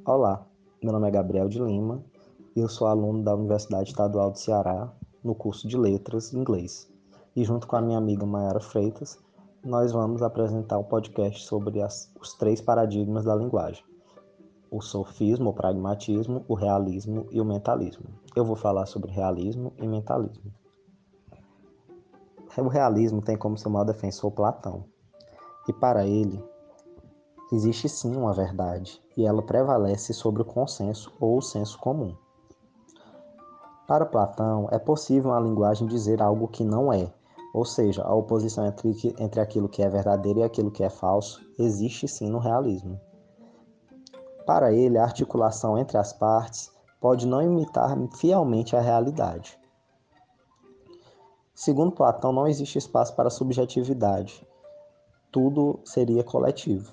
Olá, meu nome é Gabriel de Lima e eu sou aluno da Universidade Estadual do Ceará no curso de Letras em Inglês. E junto com a minha amiga Mayara Freitas, nós vamos apresentar um podcast sobre os três paradigmas da linguagem: o sofismo, o pragmatismo, o realismo e o mentalismo. Eu vou falar sobre realismo e mentalismo. O realismo tem como seu maior defensor Platão, e para ele, existe sim uma verdade, e ela prevalece sobre o consenso ou o senso comum. Para Platão, é possível uma linguagem dizer algo que não é, ou seja, a oposição entre aquilo que é verdadeiro e aquilo que é falso existe sim no realismo. Para ele, a articulação entre as partes pode não imitar fielmente a realidade. Segundo Platão, não existe espaço para subjetividade, tudo seria coletivo.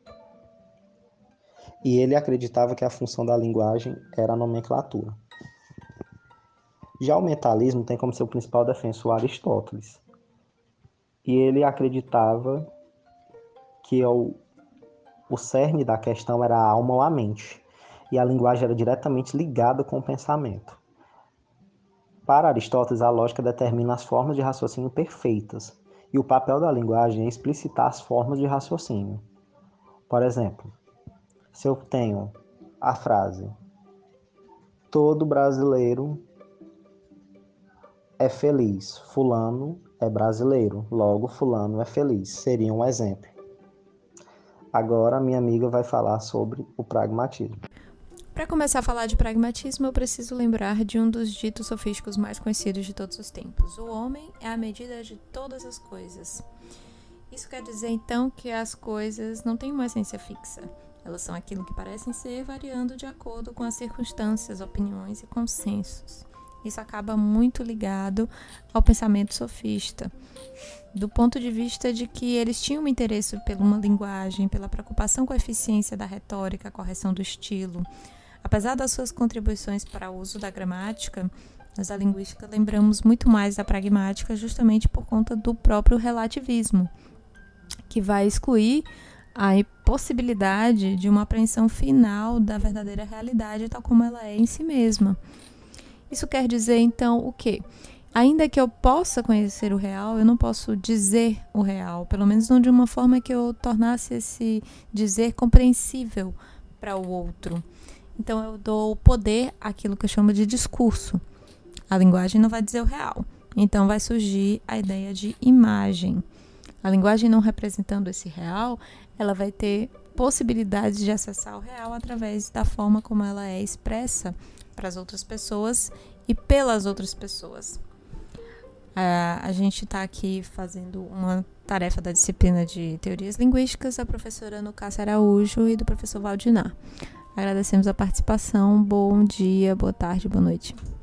E ele acreditava que a função da linguagem era a nomenclatura. Já o mentalismo tem como seu principal defensor Aristóteles. E ele acreditava que o cerne da questão era a alma ou a mente, e a linguagem era diretamente ligada com o pensamento. Para Aristóteles, a lógica determina as formas de raciocínio perfeitas, e o papel da linguagem é explicitar as formas de raciocínio. Por exemplo, se eu tenho a frase todo brasileiro é feliz, fulano é brasileiro, logo fulano é feliz, seria um exemplo. Agora minha amiga vai falar sobre o pragmatismo. Para começar a falar de pragmatismo, eu preciso lembrar de um dos ditos sofísticos mais conhecidos de todos os tempos. O homem é a medida de todas as coisas. Isso quer dizer, então, que as coisas não têm uma essência fixa. Elas são aquilo que parecem ser, variando de acordo com as circunstâncias, opiniões e consensos. Isso acaba muito ligado ao pensamento sofista, do ponto de vista de que eles tinham um interesse por uma linguagem, pela preocupação com a eficiência da retórica, a correção do estilo. Apesar das suas contribuições para o uso da gramática, nós da linguística lembramos muito mais da pragmática justamente por conta do próprio relativismo, que vai excluir a possibilidade de uma apreensão final da verdadeira realidade tal como ela é em si mesma. Isso quer dizer, então, o quê? Ainda que eu possa conhecer o real, eu não posso dizer o real, pelo menos não de uma forma que eu tornasse esse dizer compreensível para o outro. Então, eu dou poder àquilo que eu chamo de discurso. A linguagem não vai dizer o real. Então, vai surgir a ideia de imagem. A linguagem não representando esse real, ela vai ter possibilidades de acessar o real através da forma como ela é expressa para as outras pessoas e pelas outras pessoas. A gente está aqui fazendo uma tarefa da disciplina de Teorias Linguísticas da professora Ana Cássia Araújo e do professor Valdinar. Agradecemos a participação. Bom dia, boa tarde, boa noite.